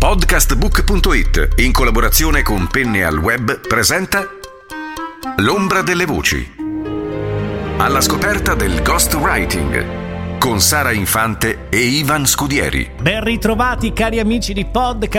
Podcastbook.it, in collaborazione con Penne al Web, presenta L'ombra delle voci. Alla scoperta del ghostwriting con Sara Infante e Ivan Scudieri. Ben ritrovati cari amici di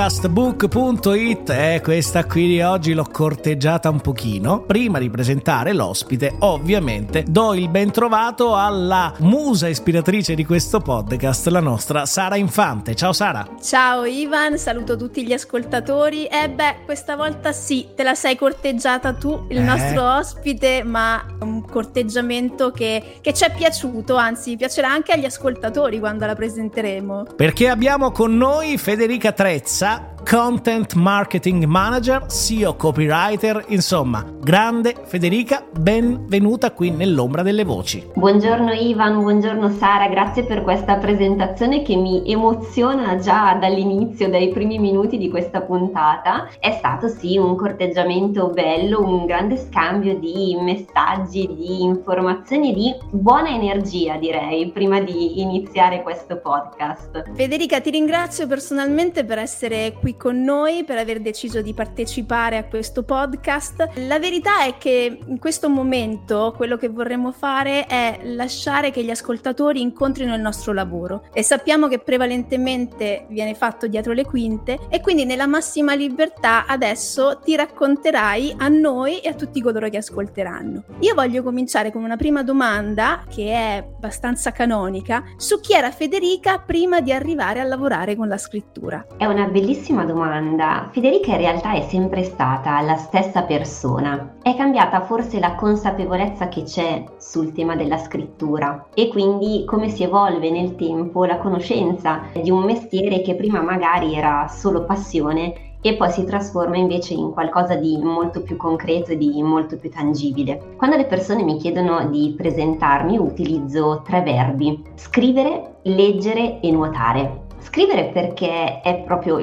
Podcastbook.it. Questa qui di oggi l'ho corteggiata un pochino. Prima di presentare l'ospite, ovviamente do il ben trovato alla musa ispiratrice di questo podcast, la nostra Sara Infante. Ciao Sara. Ciao Ivan, saluto tutti gli ascoltatori. Questa volta sì, te la sei corteggiata tu, il nostro ospite, ma un corteggiamento che ci è piaciuto, anzi piacerà anche agli ascoltatori quando la presenteremo. Perché abbiamo con noi Federica Trezza, Content Marketing Manager, SEO Copywriter, insomma, grande Federica, benvenuta qui nell'ombra delle voci. Buongiorno Ivan, buongiorno Sara, grazie per questa presentazione che mi emoziona già dall'inizio, dai primi minuti di questa puntata. È stato sì un corteggiamento bello, un grande scambio di messaggi, di informazioni, di buona energia direi, prima di iniziare questo podcast. Federica, ti ringrazio personalmente per essere qui con noi, per aver deciso di partecipare a questo podcast. La verità è che in questo momento quello che vorremmo fare è lasciare che gli ascoltatori incontrino il nostro lavoro, e sappiamo che prevalentemente viene fatto dietro le quinte, e quindi nella massima libertà adesso ti racconterai a noi e a tutti coloro che ascolteranno. Io voglio cominciare con una prima domanda che è abbastanza canonica su chi era Federica prima di arrivare a lavorare con la scrittura. È una bellissima domanda. Federica in realtà è sempre stata la stessa persona. È cambiata forse la consapevolezza che c'è sul tema della scrittura e quindi come si evolve nel tempo la conoscenza di un mestiere che prima magari era solo passione e poi si trasforma invece in qualcosa di molto più concreto e di molto più tangibile. Quando le persone mi chiedono di presentarmi utilizzo 3 verbi: scrivere, leggere e nuotare. Scrivere perché è proprio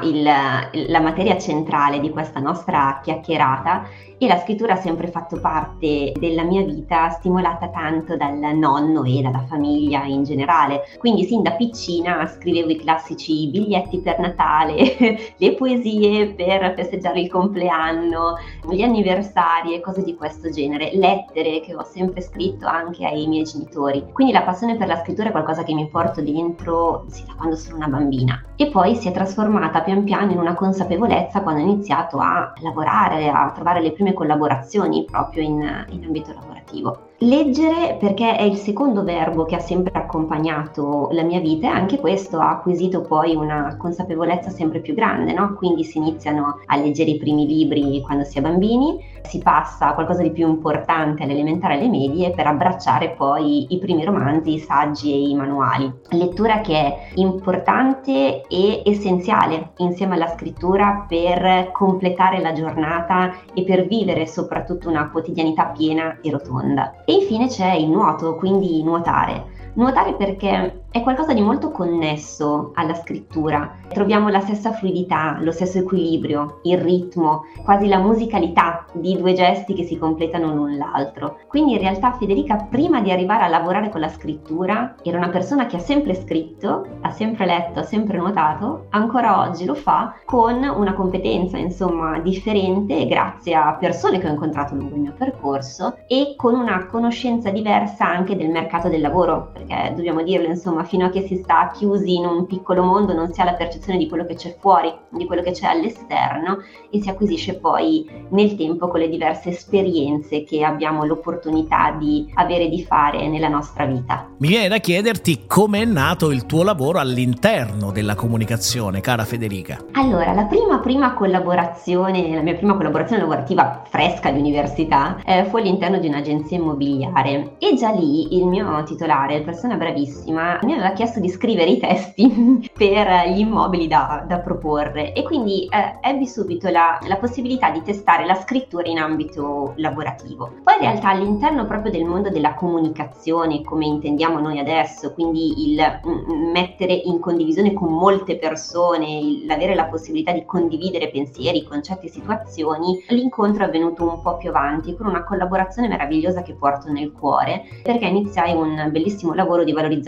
la materia centrale di questa nostra chiacchierata, e la scrittura ha sempre fatto parte della mia vita, stimolata tanto dal nonno e dalla famiglia in generale. Quindi sin da piccina scrivevo i classici biglietti per Natale, le poesie per festeggiare il compleanno, gli anniversari e cose di questo genere, lettere che ho sempre scritto anche ai miei genitori. Quindi la passione per la scrittura è qualcosa che mi porto dentro da quando sono una bambina, e poi si è trasformata pian piano in una consapevolezza quando ho iniziato a lavorare, a trovare le prime collaborazioni proprio in ambito lavorativo. Leggere perché è il secondo verbo che ha sempre accompagnato la mia vita, e anche questo ha acquisito poi una consapevolezza sempre più grande, no? Quindi si iniziano a leggere i primi libri quando si è bambini, si passa a qualcosa di più importante all'elementare e alle medie per abbracciare poi i primi romanzi, i saggi e i manuali. Lettura che è importante e essenziale insieme alla scrittura per completare la giornata e per vivere soprattutto una quotidianità piena e rotonda. E infine c'è il nuoto, quindi nuotare. Nuotare perché è qualcosa di molto connesso alla scrittura. Troviamo la stessa fluidità, lo stesso equilibrio, il ritmo, quasi la musicalità di 2 gesti che si completano l'un l'altro. Quindi in realtà Federica, prima di arrivare a lavorare con la scrittura, era una persona che ha sempre scritto, ha sempre letto, ha sempre nuotato, ancora oggi lo fa con una competenza differente grazie a persone che ho incontrato lungo il mio percorso e con una conoscenza diversa anche del mercato del lavoro, perché dobbiamo dirlo, fino a che si sta chiusi in un piccolo mondo non si ha la percezione di quello che c'è fuori, di quello che c'è all'esterno, e si acquisisce poi nel tempo con le diverse esperienze che abbiamo l'opportunità di avere, di fare nella nostra vita. Mi viene da chiederti come è nato il tuo lavoro all'interno della comunicazione, cara Federica. Allora, la mia prima collaborazione lavorativa fresca di università fu all'interno di un'agenzia immobiliare, e già lì il mio titolare, persona bravissima, mi aveva chiesto di scrivere i testi per gli immobili da proporre, e quindi ebbi subito la possibilità di testare la scrittura in ambito lavorativo. Poi in realtà all'interno proprio del mondo della comunicazione, come intendiamo noi adesso, quindi il mettere in condivisione con molte persone, l'avere la possibilità di condividere pensieri, concetti e situazioni, l'incontro è avvenuto un po' più avanti con una collaborazione meravigliosa che porto nel cuore, perché iniziai un bellissimo lavoro di valorizzazione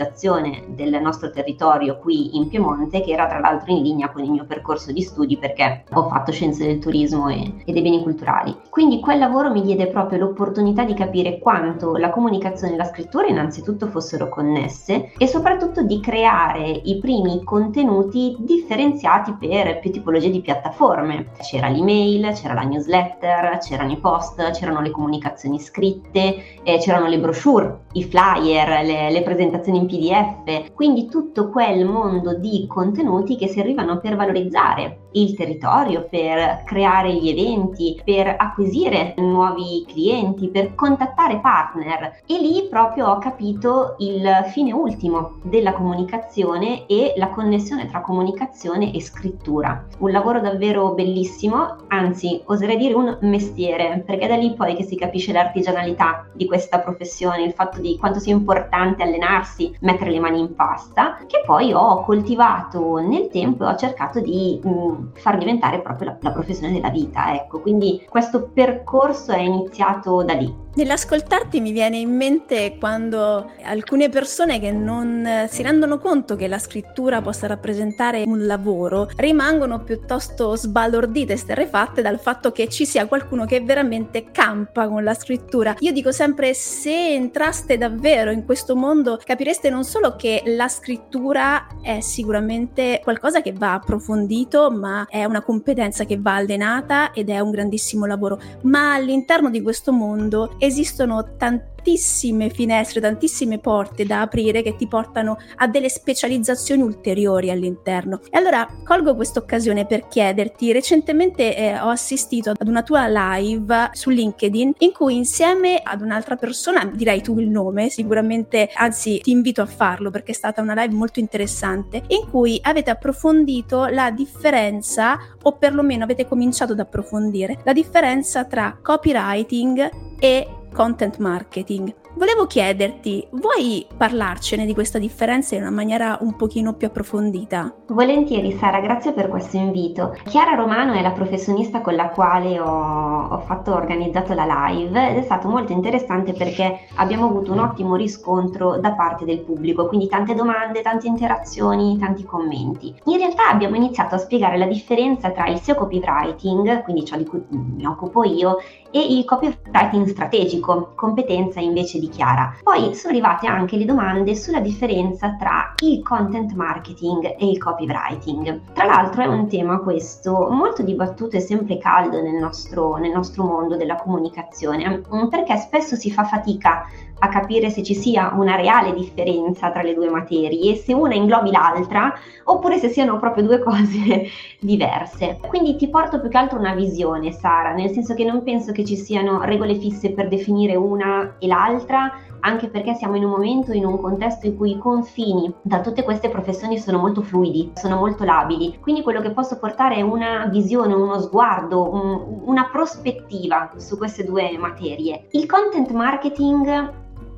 comunicazione del nostro territorio qui in Piemonte, che era tra l'altro in linea con il mio percorso di studi, perché ho fatto scienze del turismo e dei beni culturali. Quindi quel lavoro mi diede proprio l'opportunità di capire quanto la comunicazione e la scrittura innanzitutto fossero connesse, e soprattutto di creare i primi contenuti differenziati per più tipologie di piattaforme. C'era l'email, c'era la newsletter, c'erano i post, c'erano le comunicazioni scritte, c'erano le brochure, i flyer, le presentazioni in PDF, quindi tutto quel mondo di contenuti che servivano per valorizzare il territorio, per creare gli eventi, per acquisire nuovi clienti, per contattare partner. E lì proprio ho capito il fine ultimo della comunicazione e la connessione tra comunicazione e scrittura. Un lavoro davvero bellissimo, anzi oserei dire un mestiere, perché è da lì poi che si capisce l'artigianalità di questa professione, il fatto di quanto sia importante allenarsi, mettere le mani in pasta, che poi ho coltivato nel tempo e ho cercato di far diventare proprio la professione della vita, ecco. Quindi questo percorso è iniziato da lì. Nell'ascoltarti mi viene in mente quando alcune persone che non si rendono conto che la scrittura possa rappresentare un lavoro rimangono piuttosto sbalordite, esterrefatte dal fatto che ci sia qualcuno che veramente campa con la scrittura. Io dico sempre, se entraste davvero in questo mondo capireste non solo che la scrittura è sicuramente qualcosa che va approfondito, ma è una competenza che va allenata ed è un grandissimo lavoro, ma all'interno di questo mondo esistono tantissime finestre, tantissime porte da aprire che ti portano a delle specializzazioni ulteriori all'interno. E allora colgo questa occasione per chiederti, recentemente ho assistito ad una tua live su LinkedIn in cui insieme ad un'altra persona, direi tu il nome sicuramente, anzi ti invito a farlo perché è stata una live molto interessante, in cui avete approfondito la differenza, o perlomeno avete cominciato ad approfondire la differenza tra copywriting e content marketing. Volevo chiederti, vuoi parlarcene di questa differenza in una maniera un pochino più approfondita? Volentieri Sara, grazie per questo invito. Chiara Romano è la professionista con la quale ho organizzato la live ed è stato molto interessante perché abbiamo avuto un ottimo riscontro da parte del pubblico, quindi tante domande, tante interazioni, tanti commenti. In realtà abbiamo iniziato a spiegare la differenza tra il SEO copywriting, quindi ciò di cui mi occupo io, e il copywriting strategico, competenza invece di Chiara. Poi sono arrivate anche le domande sulla differenza tra il content marketing e il copywriting. Tra l'altro è un tema questo molto dibattuto e sempre caldo nel nostro mondo della comunicazione, perché spesso si fa fatica a capire se ci sia una reale differenza tra le due materie, se una inglobi l'altra oppure se siano proprio due cose diverse. Quindi ti porto più che altro una visione, Sara, nel senso che non penso che ci siano regole fisse per definire una e l'altra, anche perché siamo in un momento, in un contesto in cui i confini tra tutte queste professioni sono molto fluidi, sono molto labili. Quindi quello che posso portare è una visione, uno sguardo, una prospettiva su queste due materie. Il content marketing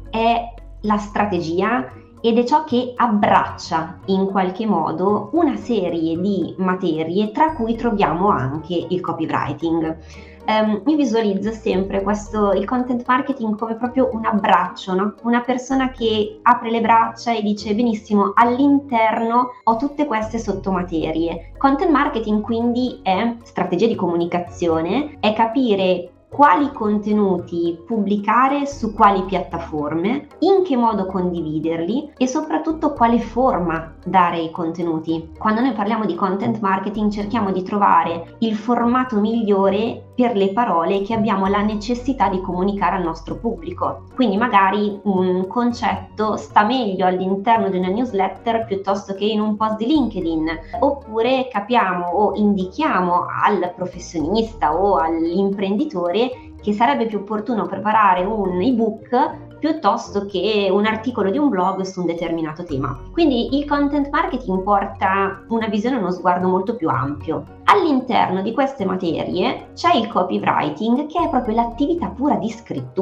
è la strategia ed è ciò che abbraccia in qualche modo una serie di materie tra cui troviamo anche il copywriting. Io visualizzo sempre il content marketing come proprio un abbraccio, no? Una persona che apre le braccia e dice benissimo, all'interno ho tutte queste sottomaterie. Content marketing quindi è strategia di comunicazione, è capire quali contenuti pubblicare su quali piattaforme, in che modo condividerli e soprattutto quale forma dare ai contenuti. Quando noi parliamo di content marketing cerchiamo di trovare il formato migliore per le parole che abbiamo la necessità di comunicare al nostro pubblico. Quindi magari un concetto sta meglio all'interno di una newsletter piuttosto che in un post di LinkedIn, oppure capiamo o indichiamo al professionista o all'imprenditore che sarebbe più opportuno preparare un ebook piuttosto che un articolo di un blog su un determinato tema. Quindi il content marketing porta una visione, uno sguardo molto più ampio. All'interno di queste materie c'è il copywriting, che è proprio l'attività pura di scrittura.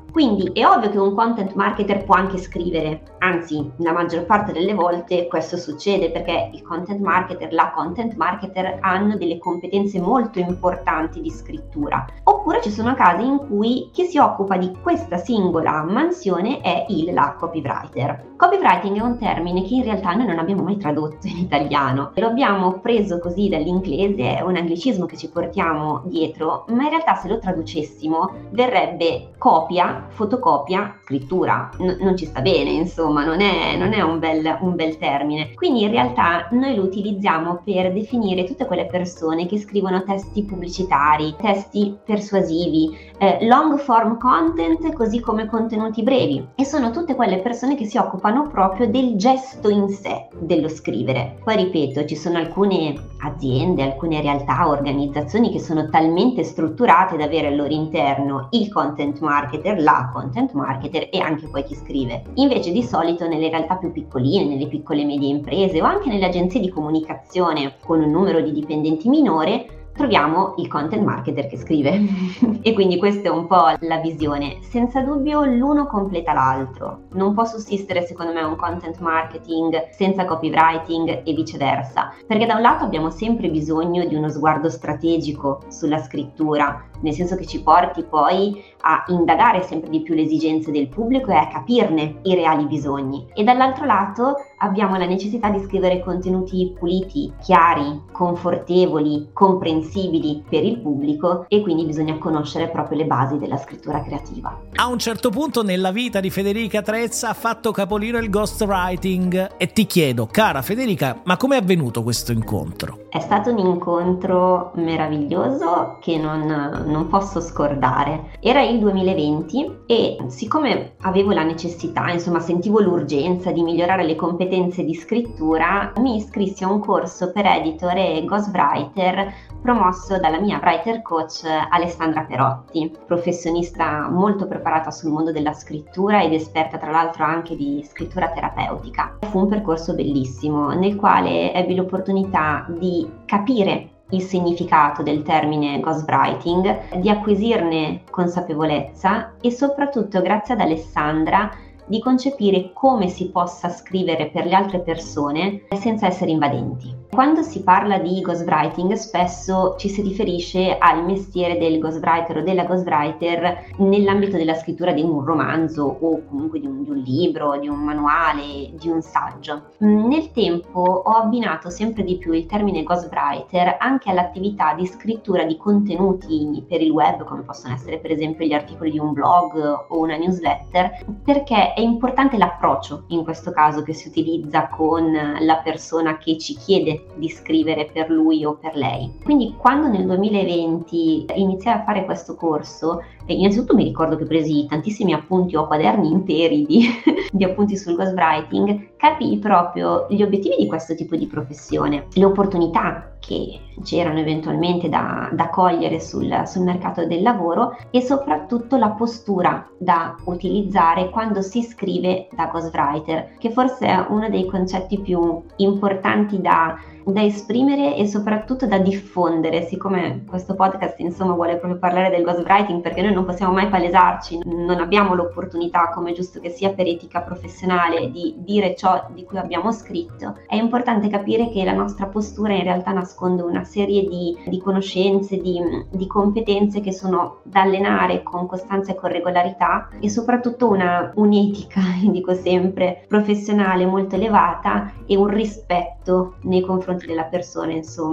Quindi è ovvio che un content marketer può anche scrivere, anzi la maggior parte delle volte questo succede perché il content marketer, la content marketer hanno delle competenze molto importanti di scrittura. Oppure ci sono casi in cui chi si occupa di questa singola mansione è la copywriter. Copywriting è un termine che in realtà noi non abbiamo mai tradotto in italiano, lo abbiamo preso così dall'inglese, è un anglicismo che ci portiamo dietro, ma in realtà se lo traducessimo verrebbe copia, fotocopia, scrittura. Non ci sta bene, insomma, non è un bel termine. Quindi in realtà noi lo utilizziamo per definire tutte quelle persone che scrivono testi pubblicitari, testi persuasivi, long form content, così come contenuti brevi, e sono tutte quelle persone che si occupano proprio del gesto in sé dello scrivere. Poi ripeto, ci sono alcune aziende, alcune realtà, organizzazioni che sono talmente strutturate da avere al loro interno il content marketer, la content marketer e anche poi chi scrive. Invece di solito nelle realtà più piccoline, nelle piccole e medie imprese o anche nelle agenzie di comunicazione con un numero di dipendenti minore, troviamo il content marketer che scrive. E quindi questa è un po' la visione. Senza dubbio l'uno completa l'altro. Non può sussistere secondo me un content marketing senza copywriting e viceversa, perché da un lato abbiamo sempre bisogno di uno sguardo strategico sulla scrittura, nel senso che ci porti poi a indagare sempre di più le esigenze del pubblico e a capirne i reali bisogni. E dall'altro lato abbiamo la necessità di scrivere contenuti puliti, chiari, confortevoli, comprensibili per il pubblico, e quindi bisogna conoscere proprio le basi della scrittura creativa. A un certo punto nella vita di Federica Trezza ha fatto capolino il ghostwriting e ti chiedo, cara Federica, ma come è avvenuto questo incontro? È stato un incontro meraviglioso che non posso scordare. Era il 2020 e siccome avevo la necessità, sentivo l'urgenza di migliorare le competenze di scrittura, mi iscrissi a un corso per editor e ghostwriter promosso dalla mia writer coach Alessandra Perotti, professionista molto preparata sul mondo della scrittura ed esperta tra l'altro anche di scrittura terapeutica. Fu un percorso bellissimo nel quale ebbi l'opportunità di capire il significato del termine ghostwriting, di acquisirne consapevolezza e soprattutto, grazie ad Alessandra, di concepire come si possa scrivere per le altre persone senza essere invadenti. Quando si parla di ghostwriting spesso ci si riferisce al mestiere del ghostwriter o della ghostwriter nell'ambito della scrittura di un romanzo o comunque di un libro, di un manuale, di un saggio. Nel tempo ho abbinato sempre di più il termine ghostwriter anche all'attività di scrittura di contenuti per il web, come possono essere per esempio gli articoli di un blog o una newsletter, perché è importante l'approccio in questo caso che si utilizza con la persona che ci chiede di scrivere per lui o per lei. Quindi quando nel 2020 iniziai a fare questo corso, innanzitutto mi ricordo che presi tantissimi appunti, ho quaderni interi di appunti sul ghostwriting, capii proprio gli obiettivi di questo tipo di professione, le opportunità che c'erano eventualmente da cogliere sul mercato del lavoro e soprattutto la postura da utilizzare quando si scrive da ghostwriter, che forse è uno dei concetti più importanti da esprimere e soprattutto da diffondere, siccome questo podcast vuole proprio parlare del ghostwriting, perché noi non possiamo mai palesarci, non abbiamo l'opportunità, come giusto che sia per etica professionale, di dire ciò di cui abbiamo scritto. È importante capire che la nostra postura in realtà nasconde una serie di conoscenze, di competenze che sono da allenare con costanza e con regolarità, e soprattutto un'etica, dico sempre, professionale molto elevata e un rispetto nei confronti della persona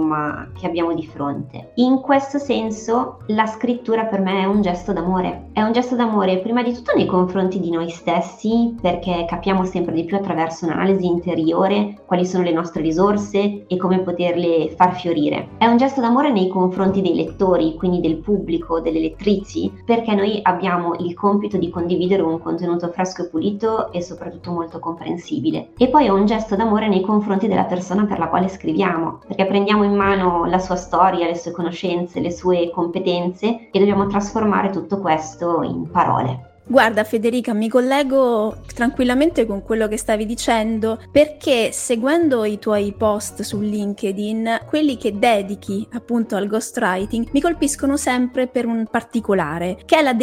che abbiamo di fronte. In questo senso la scrittura per me è un gesto d'amore. È un gesto d'amore prima di tutto nei confronti di noi stessi, perché capiamo sempre di più attraverso un'analisi interiore quali sono le nostre risorse e come poterle far fiorire. È un gesto d'amore nei confronti dei lettori, quindi del pubblico, delle lettrici, perché noi abbiamo il compito di condividere un contenuto fresco e pulito e soprattutto molto comprensibile. E poi è un gesto d'amore nei confronti della persona per la quale scriviamo, perché prendiamo in mano la sua storia, le sue conoscenze, le sue competenze e dobbiamo trasformare tutto questo in parole. Guarda Federica, mi collego tranquillamente con quello che stavi dicendo, perché seguendo i tuoi post su LinkedIn, quelli che dedichi appunto al ghostwriting mi colpiscono sempre per un particolare, che è la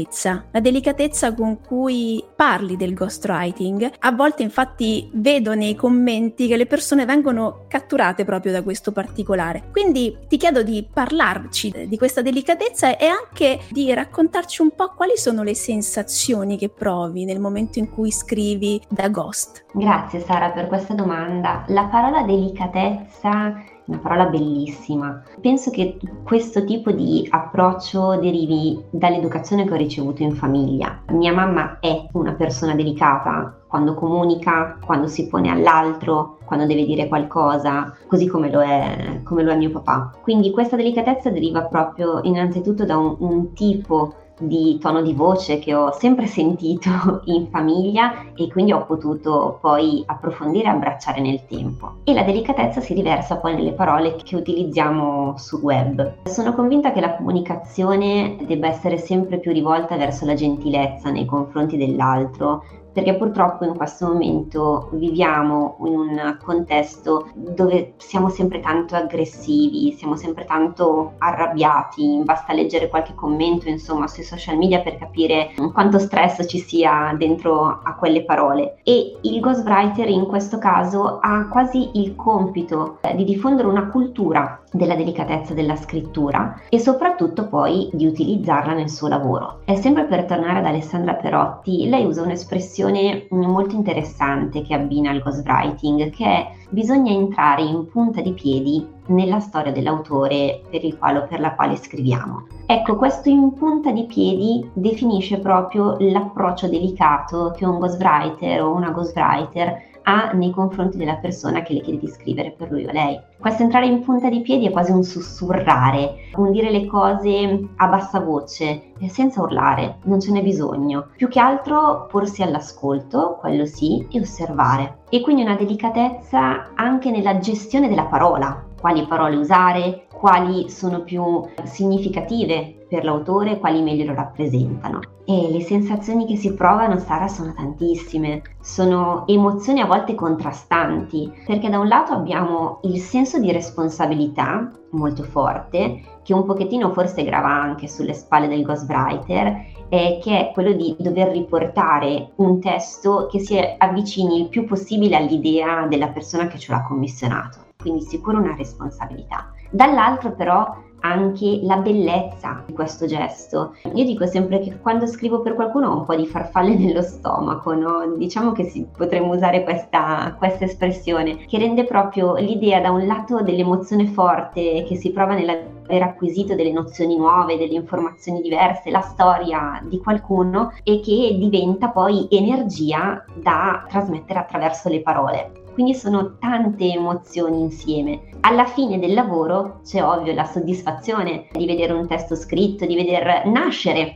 delicatezza con cui parli del ghostwriting. A volte infatti vedo nei commenti che le persone vengono catturate proprio da questo particolare. Quindi ti chiedo di parlarci di questa delicatezza e anche di raccontarci un po' quali sono le sensazioni che provi nel momento in cui scrivi da ghost. Grazie Sara per questa domanda. La parola delicatezza è una parola bellissima. Penso che questo tipo di approccio derivi dall'educazione che ho ricevuto in famiglia. Mia mamma è una persona delicata quando comunica, quando si pone all'altro, quando deve dire qualcosa, così come lo è mio papà. Quindi questa delicatezza deriva proprio innanzitutto da un tipo di tono di voce che ho sempre sentito in famiglia e quindi ho potuto poi approfondire e abbracciare nel tempo. E la delicatezza si riversa poi nelle parole che utilizziamo sul web. Sono convinta che la comunicazione debba essere sempre più rivolta verso la gentilezza nei confronti dell'altro, perché purtroppo in questo momento viviamo in un contesto dove siamo sempre tanto aggressivi, siamo sempre tanto arrabbiati, basta leggere qualche commento insomma sui social media per capire quanto stress ci sia dentro a quelle parole. E il ghostwriter in questo caso ha quasi il compito di diffondere una cultura della delicatezza della scrittura e soprattutto poi di utilizzarla nel suo lavoro. E sempre per tornare ad Alessandra Perotti, lei usa un'espressione molto interessante che abbina al ghostwriting, che è: bisogna entrare in punta di piedi nella storia dell'autore per il quale o per la quale scriviamo. Ecco, questo in punta di piedi definisce proprio l'approccio delicato che un ghostwriter o una ghostwriter ha nei confronti della persona che le chiede di scrivere per lui o lei. Questo entrare in punta di piedi è quasi un sussurrare, un dire le cose a bassa voce, senza urlare, non ce n'è bisogno. Più che altro porsi all'ascolto, quello sì, e osservare. E quindi una delicatezza anche nella gestione della parola. Quali parole usare, quali sono più significative per l'autore, quali meglio lo rappresentano. E le sensazioni che si provano, Sara, sono tantissime. Sono emozioni a volte contrastanti, perché da un lato abbiamo il senso di responsabilità molto forte, che un pochettino forse grava anche sulle spalle del ghostwriter, che è quello di dover riportare un testo che si avvicini il più possibile all'idea della persona che ce l'ha commissionato. Quindi sicuro una responsabilità. Dall'altro però anche la bellezza di questo gesto. Io dico sempre che quando scrivo per qualcuno ho un po' di farfalle nello stomaco, no? Diciamo che potremmo usare questa espressione, che rende proprio l'idea da un lato dell'emozione forte che si prova nell'aver acquisito delle nozioni nuove, delle informazioni diverse, la storia di qualcuno, e che diventa poi energia da trasmettere attraverso le parole. Quindi sono tante emozioni insieme. Alla fine del lavoro c'è ovvio la soddisfazione di vedere un testo scritto, di veder nascere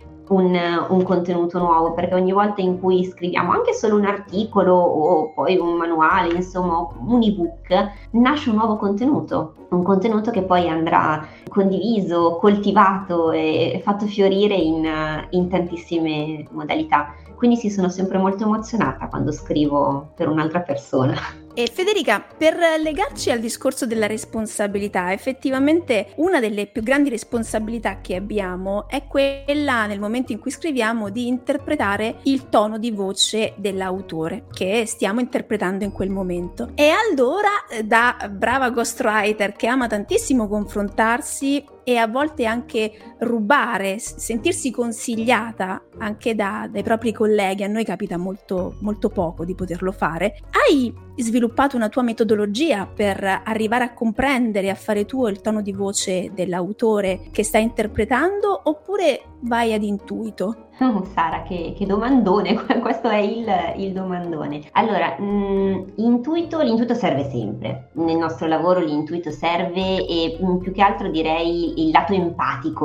un contenuto nuovo, perché ogni volta in cui scriviamo anche solo un articolo o poi un manuale, insomma un ebook, nasce un nuovo contenuto, un contenuto che poi andrà condiviso, coltivato e fatto fiorire in tantissime modalità. Quindi sì, sono sempre molto emozionata quando scrivo per un'altra persona. E Federica, per legarci al discorso della responsabilità, effettivamente una delle più grandi responsabilità che abbiamo è quella, nel momento in cui scriviamo, di interpretare il tono di voce dell'autore che stiamo interpretando in quel momento. E allora, da brava ghostwriter che ama tantissimo confrontarsi e a volte anche rubare, sentirsi consigliata anche dai propri colleghi, a noi capita molto, molto poco di poterlo fare, hai sviluppato una tua metodologia per arrivare a comprendere e a fare tuo il tono di voce dell'autore che stai interpretando, oppure vai ad intuito? Sara, che domandone, questo è il domandone. Allora, l'intuito serve sempre, nel nostro lavoro l'intuito serve, e più che altro direi il lato empatico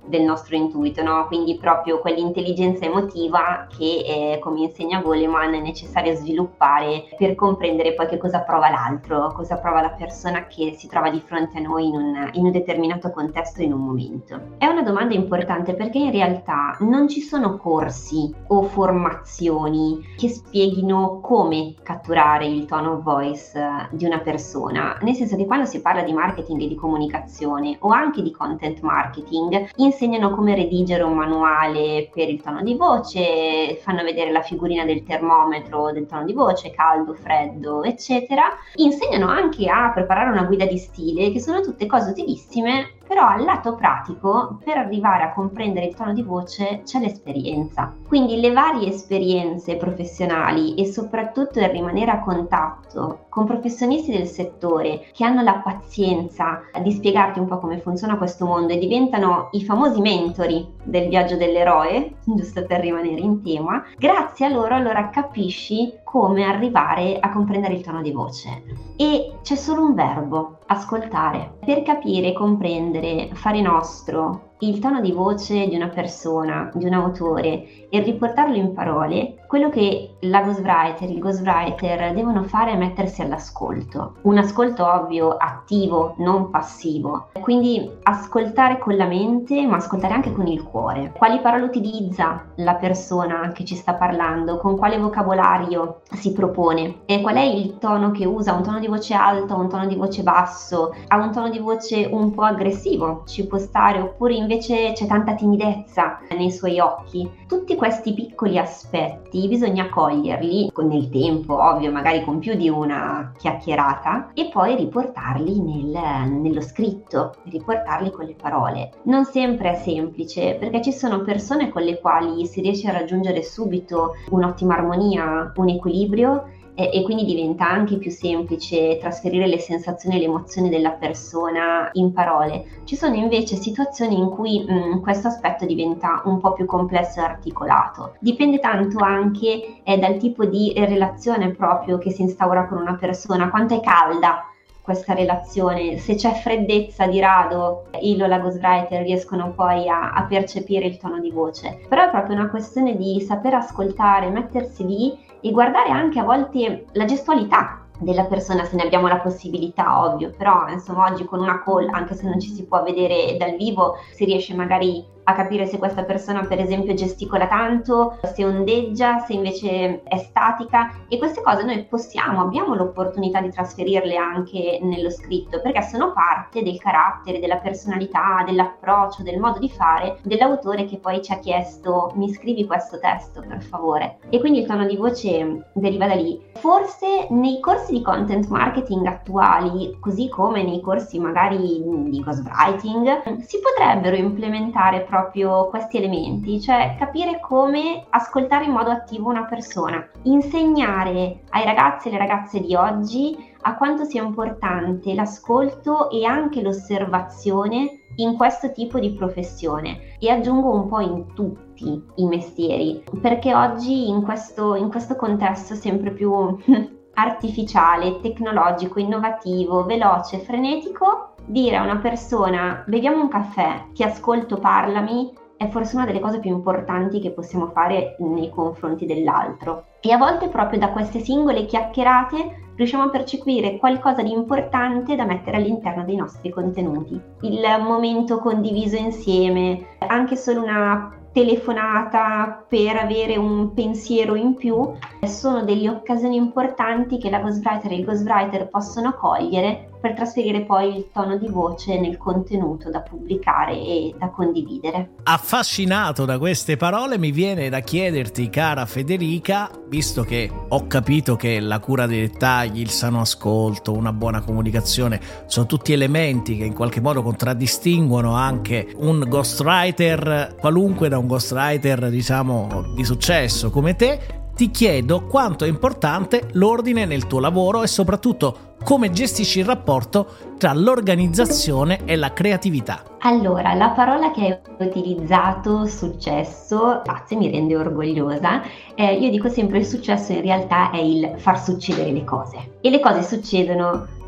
del nostro intuito, no? Quindi proprio quell'intelligenza emotiva che, come insegna Goleman, è necessario sviluppare per comprendere poi che cosa prova l'altro, cosa prova la persona che si trova di fronte a noi in un determinato contesto, in un momento. È una domanda importante perché in realtà non ci sono corsi o formazioni che spieghino come catturare il tone of voice di una persona, nel senso che quando si parla di marketing e di comunicazione o anche di content marketing insegnano come redigere un manuale per il tono di voce, fanno vedere la figurina del termometro del tono di voce, caldo, freddo, eccetera. Insegnano anche a preparare una guida di stile, che sono tutte cose utilissime, però al lato pratico, per arrivare a comprendere il tono di voce, c'è l'esperienza. Quindi le varie esperienze professionali e soprattutto il rimanere a contatto con professionisti del settore che hanno la pazienza di spiegarti un po' come funziona questo mondo e diventano i famosi mentori del viaggio dell'eroe, giusto per rimanere in tema, grazie a loro allora capisci come arrivare a comprendere il tono di voce. E c'è solo un verbo: ascoltare. Per capire e comprendere, fare nostro il tono di voce di una persona, di un autore, e riportarlo in parole, quello che la ghostwriter, il ghostwriter devono fare è mettersi all'ascolto. Un ascolto ovvio, attivo, non passivo. Quindi ascoltare con la mente, ma ascoltare anche con il cuore. Quali parole utilizza la persona che ci sta parlando? Con quale vocabolario si propone? E qual è il tono che usa? Un tono di voce alto, un tono di voce basso? Ha un tono di voce un po' aggressivo? Ci può stare? Oppure invece c'è tanta timidezza nei suoi occhi? Tutti questi piccoli aspetti bisogna coglierli nel tempo, ovvio, magari con più di una chiacchierata, e poi riportarli nello scritto, riportarli con le parole. Non sempre è semplice, perché ci sono persone con le quali si riesce a raggiungere subito un'ottima armonia, un equilibrio, e quindi diventa anche più semplice trasferire le sensazioni e le emozioni della persona in parole. Ci sono invece situazioni in cui questo aspetto diventa un po' più complesso e articolato. Dipende tanto anche dal tipo di relazione proprio che si instaura con una persona, quanto è calda questa relazione. Se c'è freddezza di rado, il o la ghostwriter riescono poi a percepire il tono di voce. Però è proprio una questione di saper ascoltare, mettersi lì e guardare anche a volte la gestualità della persona, se ne abbiamo la possibilità, ovvio, però insomma oggi con una call, anche se non ci si può vedere dal vivo, si riesce magari a capire se questa persona per esempio gesticola tanto, se ondeggia, se invece è statica, e queste cose noi abbiamo l'opportunità di trasferirle anche nello scritto, perché sono parte del carattere, della personalità, dell'approccio, del modo di fare dell'autore che poi ci ha chiesto: mi scrivi questo testo per favore. E quindi il tono di voce deriva da lì. Forse nei corsi di content marketing attuali, così come nei corsi magari di ghostwriting, si potrebbero implementare proprio questi elementi, cioè capire come ascoltare in modo attivo una persona, insegnare ai ragazzi e alle ragazze di oggi a quanto sia importante l'ascolto e anche l'osservazione in questo tipo di professione, e aggiungo un po' in tutti i mestieri, perché oggi in questo contesto sempre più artificiale, tecnologico, innovativo, veloce, frenetico, dire a una persona beviamo un caffè, ti ascolto, parlami, è forse una delle cose più importanti che possiamo fare nei confronti dell'altro. E a volte proprio da queste singole chiacchierate riusciamo a percepire qualcosa di importante da mettere all'interno dei nostri contenuti. Il momento condiviso insieme, anche solo una telefonata per avere un pensiero in più, sono delle occasioni importanti che la ghostwriter e il ghostwriter possono cogliere per trasferire poi il tono di voce nel contenuto da pubblicare e da condividere. Affascinato da queste parole, mi viene da chiederti, cara Federica, visto che ho capito che la cura dei dettagli, il sano ascolto, una buona comunicazione sono tutti elementi che in qualche modo contraddistinguono anche un ghostwriter qualunque da un ghostwriter diciamo di successo come te, ti chiedo quanto è importante l'ordine nel tuo lavoro e soprattutto come gestisci il rapporto tra l'organizzazione e la creatività. Allora, la parola che hai utilizzato, successo, grazie, mi rende orgogliosa. Io dico sempre il successo in realtà è il far succedere le cose. E le cose succedono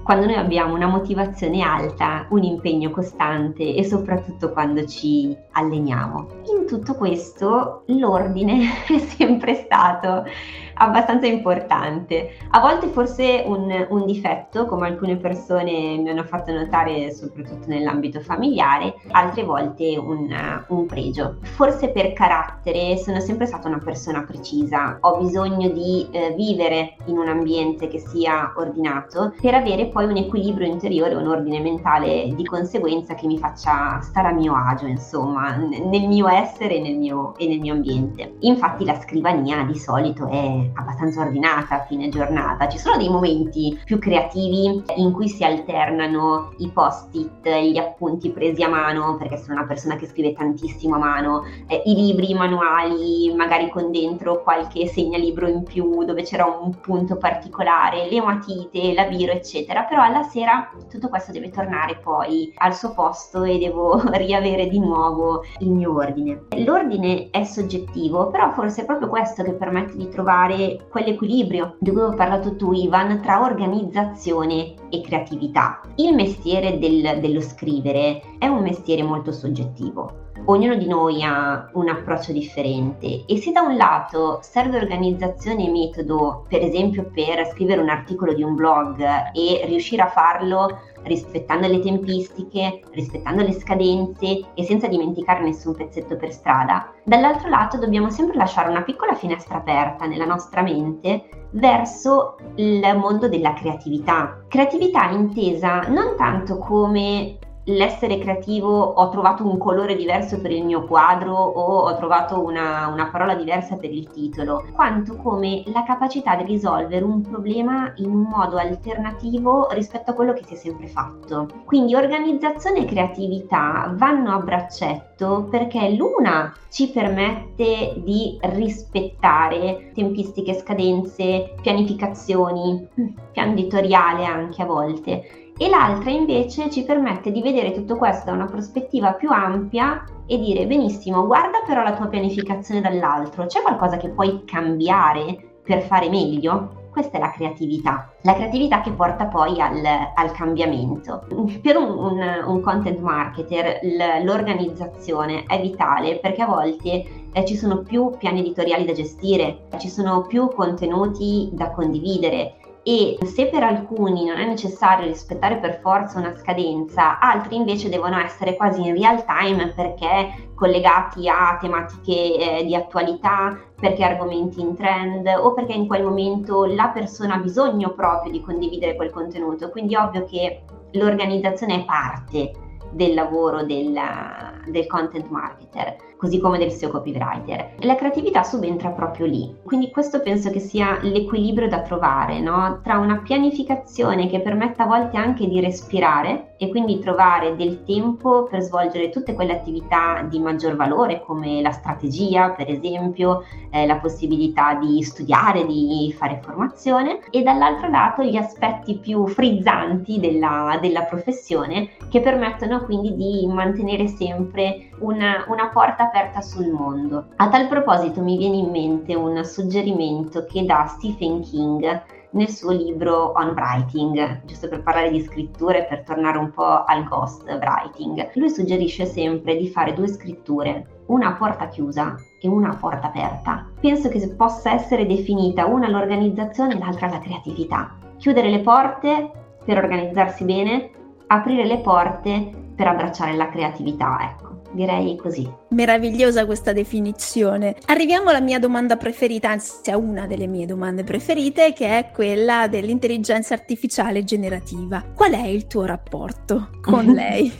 quando noi abbiamo una motivazione alta, un impegno costante e soprattutto quando ci alleniamo. In tutto questo l'ordine è sempre stato abbastanza importante, a volte forse un difetto, come alcune persone mi hanno fatto notare soprattutto nell'ambito familiare, altre volte un pregio. Forse per carattere sono sempre stata una persona precisa, ho bisogno di vivere in un ambiente che sia ordinato per avere poi un equilibrio interiore, un ordine mentale di conseguenza che mi faccia stare a mio agio, insomma, nel mio essere e nel mio ambiente. Infatti la scrivania di solito è abbastanza ordinata a fine giornata. Ci sono dei momenti più creativi in cui si alternano i post-it, gli appunti presi a mano, perché sono una persona che scrive tantissimo a mano, i libri, i manuali, magari con dentro qualche segnalibro in più dove c'era un punto particolare, le matite, la biro, eccetera. Però alla sera tutto questo deve tornare poi al suo posto e devo riavere di nuovo il mio ordine. L'ordine è soggettivo, però forse è proprio questo che permette di trovare quell'equilibrio di cui ho parlato tu, Ivan, tra organizzazione e creatività. Il mestiere dello scrivere è un mestiere molto soggettivo. Ognuno di noi ha un approccio differente e se da un lato serve organizzazione e metodo, per esempio per scrivere un articolo di un blog e riuscire a farlo rispettando le tempistiche, rispettando le scadenze e senza dimenticare nessun pezzetto per strada, dall'altro lato dobbiamo sempre lasciare una piccola finestra aperta nella nostra mente verso il mondo della creatività. Creatività intesa non tanto come l'essere creativo, ho trovato un colore diverso per il mio quadro o ho trovato una parola diversa per il titolo, quanto come la capacità di risolvere un problema in un modo alternativo rispetto a quello che si è sempre fatto. Quindi organizzazione e creatività vanno a braccetto perché l'una ci permette di rispettare tempistiche, scadenze, pianificazioni, piano editoriale anche a volte, e l'altra invece ci permette di vedere tutto questo da una prospettiva più ampia e dire benissimo, guarda però la tua pianificazione dall'altro, c'è qualcosa che puoi cambiare per fare meglio? Questa è la creatività che porta poi al cambiamento. Per un content marketer l'organizzazione è vitale perché a volte ci sono più piani editoriali da gestire, ci sono più contenuti da condividere. E se per alcuni non è necessario rispettare per forza una scadenza, altri invece devono essere quasi in real time perché collegati a tematiche di attualità, perché argomenti in trend o perché in quel momento la persona ha bisogno proprio di condividere quel contenuto. Quindi è ovvio che l'organizzazione è parte del lavoro del content marketer, così come del SEO copywriter. La creatività subentra proprio lì, quindi questo penso che sia l'equilibrio da trovare, no? Tra una pianificazione che permetta a volte anche di respirare e quindi trovare del tempo per svolgere tutte quelle attività di maggior valore come la strategia, per esempio, la possibilità di studiare, di fare formazione, e dall'altro lato gli aspetti più frizzanti della professione che permettono quindi di mantenere sempre una porta aperta sul mondo. A tal proposito mi viene in mente un suggerimento che dà Stephen King nel suo libro On Writing, giusto per parlare di scrittura e per tornare un po' al ghost writing. Lui suggerisce sempre di fare 2 scritture, una a porta chiusa e una a porta aperta. Penso che possa essere definita una l'organizzazione e l'altra la creatività. Chiudere le porte per organizzarsi bene, aprire le porte per abbracciare la creatività, ecco. Direi così. Meravigliosa questa definizione. Arriviamo alla mia domanda preferita, anzi a una delle mie domande preferite, che è quella dell'intelligenza artificiale generativa. Qual è il tuo rapporto con lei?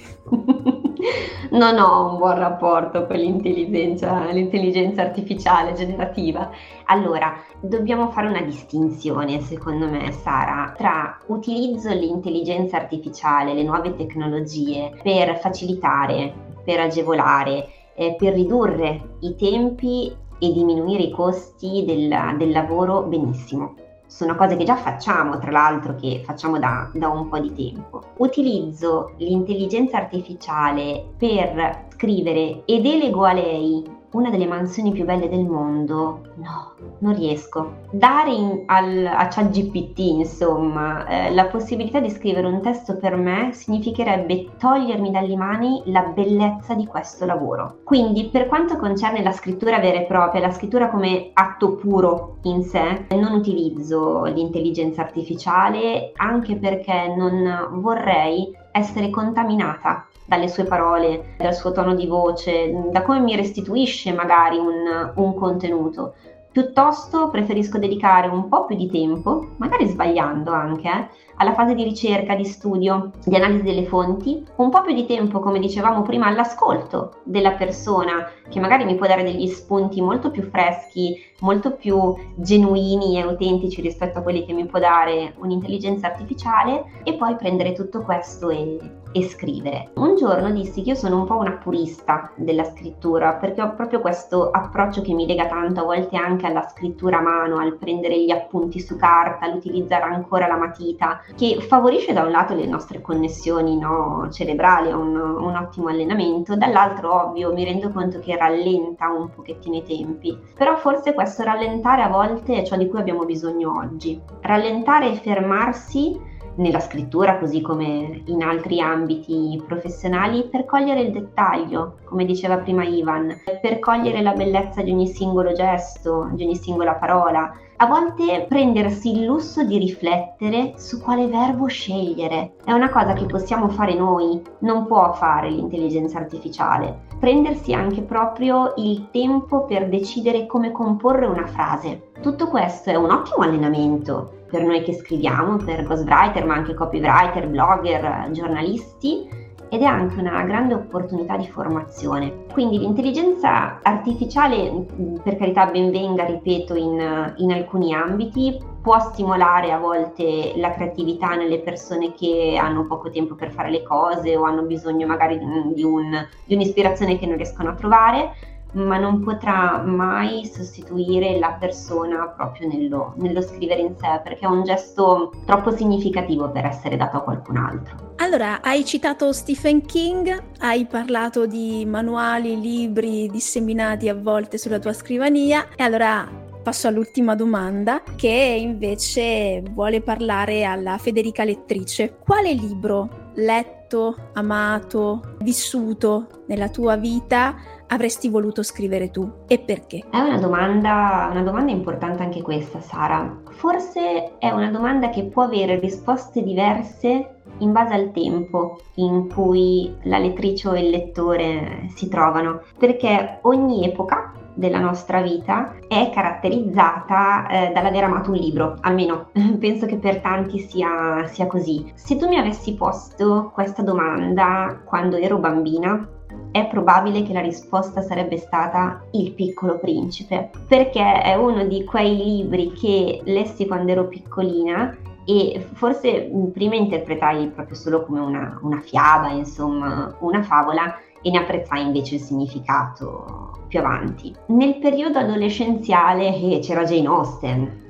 Non ho un buon rapporto con l'intelligenza artificiale generativa. Allora, dobbiamo fare una distinzione, secondo me, Sara, tra utilizzo dell'intelligenza artificiale, le nuove tecnologie, per facilitare, per agevolare, per ridurre i tempi e diminuire i costi del lavoro, benissimo. Sono cose che già facciamo, tra l'altro, che facciamo da un po' di tempo. Utilizzo l'intelligenza artificiale per scrivere e delego a lei una delle mansioni più belle del mondo, no, non riesco. Dare a ChatGPT, insomma, la possibilità di scrivere un testo per me significherebbe togliermi dalle mani la bellezza di questo lavoro. Quindi, per quanto concerne la scrittura vera e propria, la scrittura come atto puro in sé, non utilizzo l'intelligenza artificiale, anche perché non vorrei essere contaminata dalle sue parole, dal suo tono di voce, da come mi restituisce magari un contenuto. Piuttosto preferisco dedicare un po' più di tempo, magari sbagliando anche, alla fase di ricerca, di studio, di analisi delle fonti, un po' più di tempo, come dicevamo prima, all'ascolto della persona, che magari mi può dare degli spunti molto più freschi, molto più genuini e autentici rispetto a quelli che mi può dare un'intelligenza artificiale, e poi prendere tutto questo e scrivere. Un giorno dissi che io sono un po' una purista della scrittura, perché ho proprio questo approccio che mi lega tanto a volte anche alla scrittura a mano, al prendere gli appunti su carta, all'utilizzare ancora la matita, che favorisce da un lato le nostre connessioni, no, cerebrali, un ottimo allenamento, dall'altro ovvio mi rendo conto che rallenta un pochettino i tempi, però forse questo rallentare a volte è ciò di cui abbiamo bisogno oggi. Rallentare e fermarsi nella scrittura, così come in altri ambiti professionali, per cogliere il dettaglio, come diceva prima Ivan, per cogliere la bellezza di ogni singolo gesto, di ogni singola parola. A volte prendersi il lusso di riflettere su quale verbo scegliere è una cosa che possiamo fare noi, non può fare l'intelligenza artificiale. Prendersi anche proprio il tempo per decidere come comporre una frase. Tutto questo è un ottimo allenamento per noi che scriviamo, per ghostwriter, ma anche copywriter, blogger, giornalisti, ed è anche una grande opportunità di formazione. Quindi l'intelligenza artificiale, per carità ben venga, ripeto, in alcuni ambiti, può stimolare a volte la creatività nelle persone che hanno poco tempo per fare le cose o hanno bisogno magari di un'ispirazione che non riescono a trovare, ma non potrà mai sostituire la persona proprio nello scrivere in sé, perché è un gesto troppo significativo per essere dato a qualcun altro. Allora, hai citato Stephen King, hai parlato di manuali, libri disseminati a volte sulla tua scrivania, e allora passo all'ultima domanda, che invece vuole parlare alla Federica lettrice. Quale libro letto, amato, vissuto nella tua vita avresti voluto scrivere tu, e perché? È una domanda importante anche questa, Sara. Forse è una domanda che può avere risposte diverse in base al tempo in cui la lettrice o il lettore si trovano, perché ogni epoca della nostra vita è caratterizzata dall'aver amato un libro, almeno penso che per tanti sia così. Se tu mi avessi posto questa domanda quando ero bambina, è probabile che la risposta sarebbe stata Il Piccolo Principe, perché è uno di quei libri che lessi quando ero piccolina e forse prima interpretai proprio solo come una fiaba, insomma, una favola, e ne apprezzai invece il significato più avanti. Nel periodo adolescenziale c'era Jane Austen,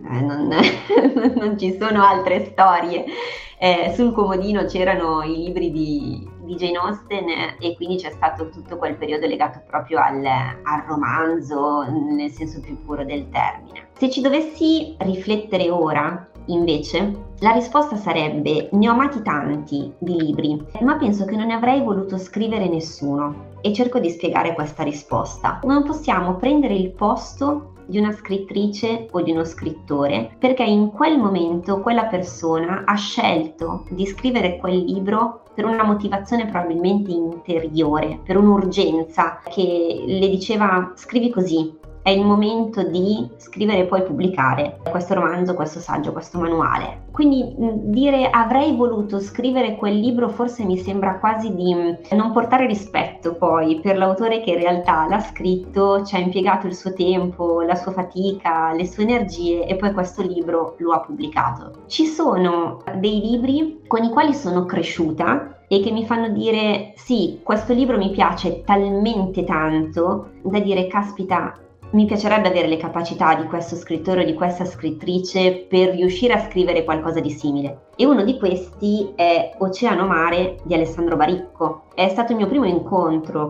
non ci sono altre storie. Sul comodino c'erano i libri di Jane Austen, e quindi c'è stato tutto quel periodo legato proprio al romanzo nel senso più puro del termine. Se ci dovessi riflettere ora, invece, la risposta sarebbe: ne ho amati tanti di libri, ma penso che non ne avrei voluto scrivere nessuno, e cerco di spiegare questa risposta. Non possiamo prendere il posto di una scrittrice o di uno scrittore, perché in quel momento quella persona ha scelto di scrivere quel libro per una motivazione probabilmente interiore, per un'urgenza che le diceva: scrivi così, è il momento di scrivere e poi pubblicare questo romanzo, questo saggio, questo manuale. Quindi dire avrei voluto scrivere quel libro forse mi sembra quasi di non portare rispetto poi per l'autore che in realtà l'ha scritto, ci ha impiegato il suo tempo, la sua fatica, le sue energie, e poi questo libro lo ha pubblicato. Ci sono dei libri con i quali sono cresciuta e che mi fanno dire: sì, questo libro mi piace talmente tanto da dire: caspita, mi piacerebbe avere le capacità di questo scrittore o di questa scrittrice per riuscire a scrivere qualcosa di simile. E uno di questi è Oceano Mare di Alessandro Baricco. È stato il mio primo incontro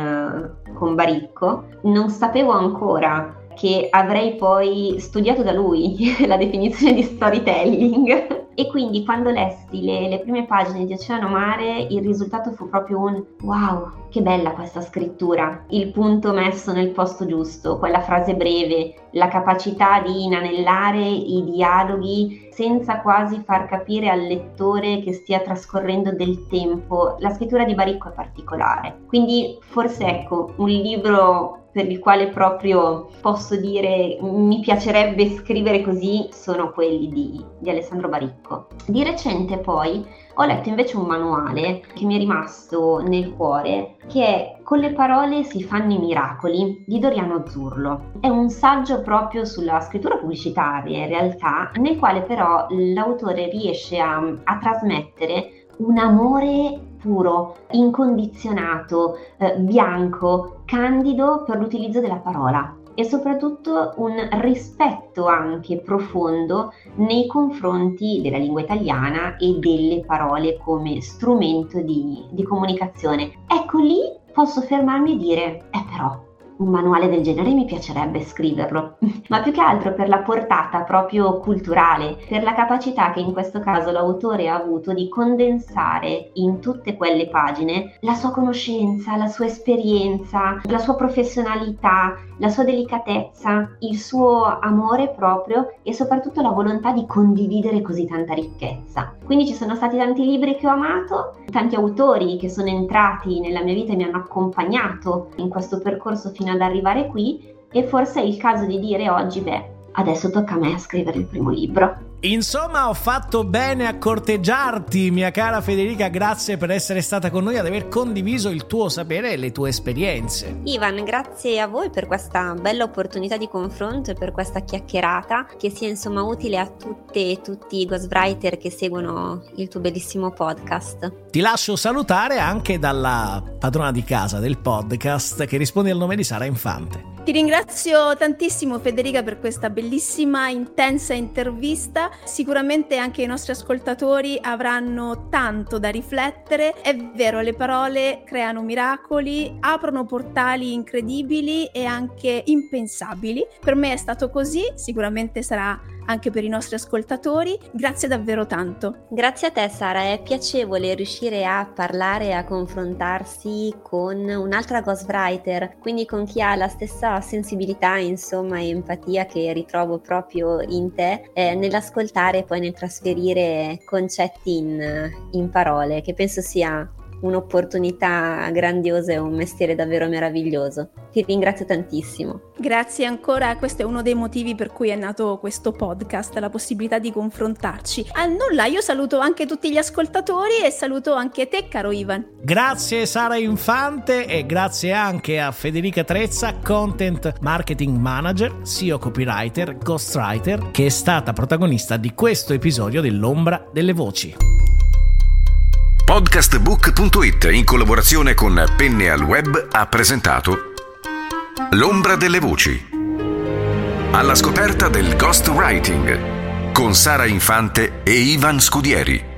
con Baricco. Non sapevo ancora che avrei poi studiato da lui la definizione di storytelling. E quindi quando lessi le prime pagine di Oceano Mare, il risultato fu proprio un wow, che bella questa scrittura, il punto messo nel posto giusto, quella frase breve, la capacità di inanellare i dialoghi senza quasi far capire al lettore che stia trascorrendo del tempo. La scrittura di Baricco è particolare, quindi forse ecco un libro per il quale proprio posso dire mi piacerebbe scrivere così sono quelli di Alessandro Baricco. Di recente poi ho letto invece un manuale che mi è rimasto nel cuore, che è Con le parole si fanno i miracoli di Doriano Zurlo. È un saggio proprio sulla scrittura pubblicitaria in realtà, nel quale però l'autore riesce a trasmettere un amore puro, incondizionato, bianco, candido per l'utilizzo della parola e soprattutto un rispetto anche profondo nei confronti della lingua italiana e delle parole come strumento di comunicazione. Ecco, lì posso fermarmi e dire, però un manuale del genere mi piacerebbe scriverlo, ma più che altro per la portata proprio culturale, per la capacità che in questo caso l'autore ha avuto di condensare in tutte quelle pagine la sua conoscenza, la sua esperienza, la sua professionalità, la sua delicatezza, il suo amore proprio e soprattutto la volontà di condividere così tanta ricchezza. Quindi ci sono stati tanti libri che ho amato, tanti autori che sono entrati nella mia vita e mi hanno accompagnato in questo percorso fino ad arrivare qui, e forse è il caso di dire oggi, adesso tocca a me scrivere il primo libro. Insomma, ho fatto bene a corteggiarti, mia cara Federica, grazie per essere stata con noi, ad aver condiviso il tuo sapere e le tue esperienze. Ivan, grazie a voi per questa bella opportunità di confronto e per questa chiacchierata, che sia insomma utile a tutte e tutti i ghostwriter che seguono il tuo bellissimo podcast. Ti lascio salutare anche dalla padrona di casa del podcast, che risponde al nome di Sara Infante. Ti ringrazio tantissimo Federica per questa bellissima, intensa intervista. Sicuramente anche i nostri ascoltatori avranno tanto da riflettere. È vero, le parole creano miracoli, aprono portali incredibili e anche impensabili. Per me è stato così, sicuramente sarà anche per i nostri ascoltatori. Grazie davvero tanto. Grazie a te Sara, è piacevole riuscire a parlare e a confrontarsi con un'altra ghostwriter, quindi con chi ha la stessa sensibilità insomma e empatia che ritrovo proprio in te, nell'ascoltare e poi nel trasferire concetti in parole, che penso sia un'opportunità grandiosa e un mestiere davvero meraviglioso. Ti ringrazio tantissimo. Grazie ancora, questo è uno dei motivi per cui è nato questo podcast, la possibilità di confrontarci. Al nulla, io saluto anche tutti gli ascoltatori e saluto anche te, caro Ivan. Grazie Sara Infante e grazie anche a Federica Trezza, Content Marketing Manager, SEO Copywriter, Ghostwriter, che è stata protagonista di questo episodio dell'Ombra delle Voci. Podcastbook.it, in collaborazione con Penne al Web, ha presentato L'Ombra delle Voci. Alla scoperta del ghostwriting con Sara Infante e Ivan Scudieri.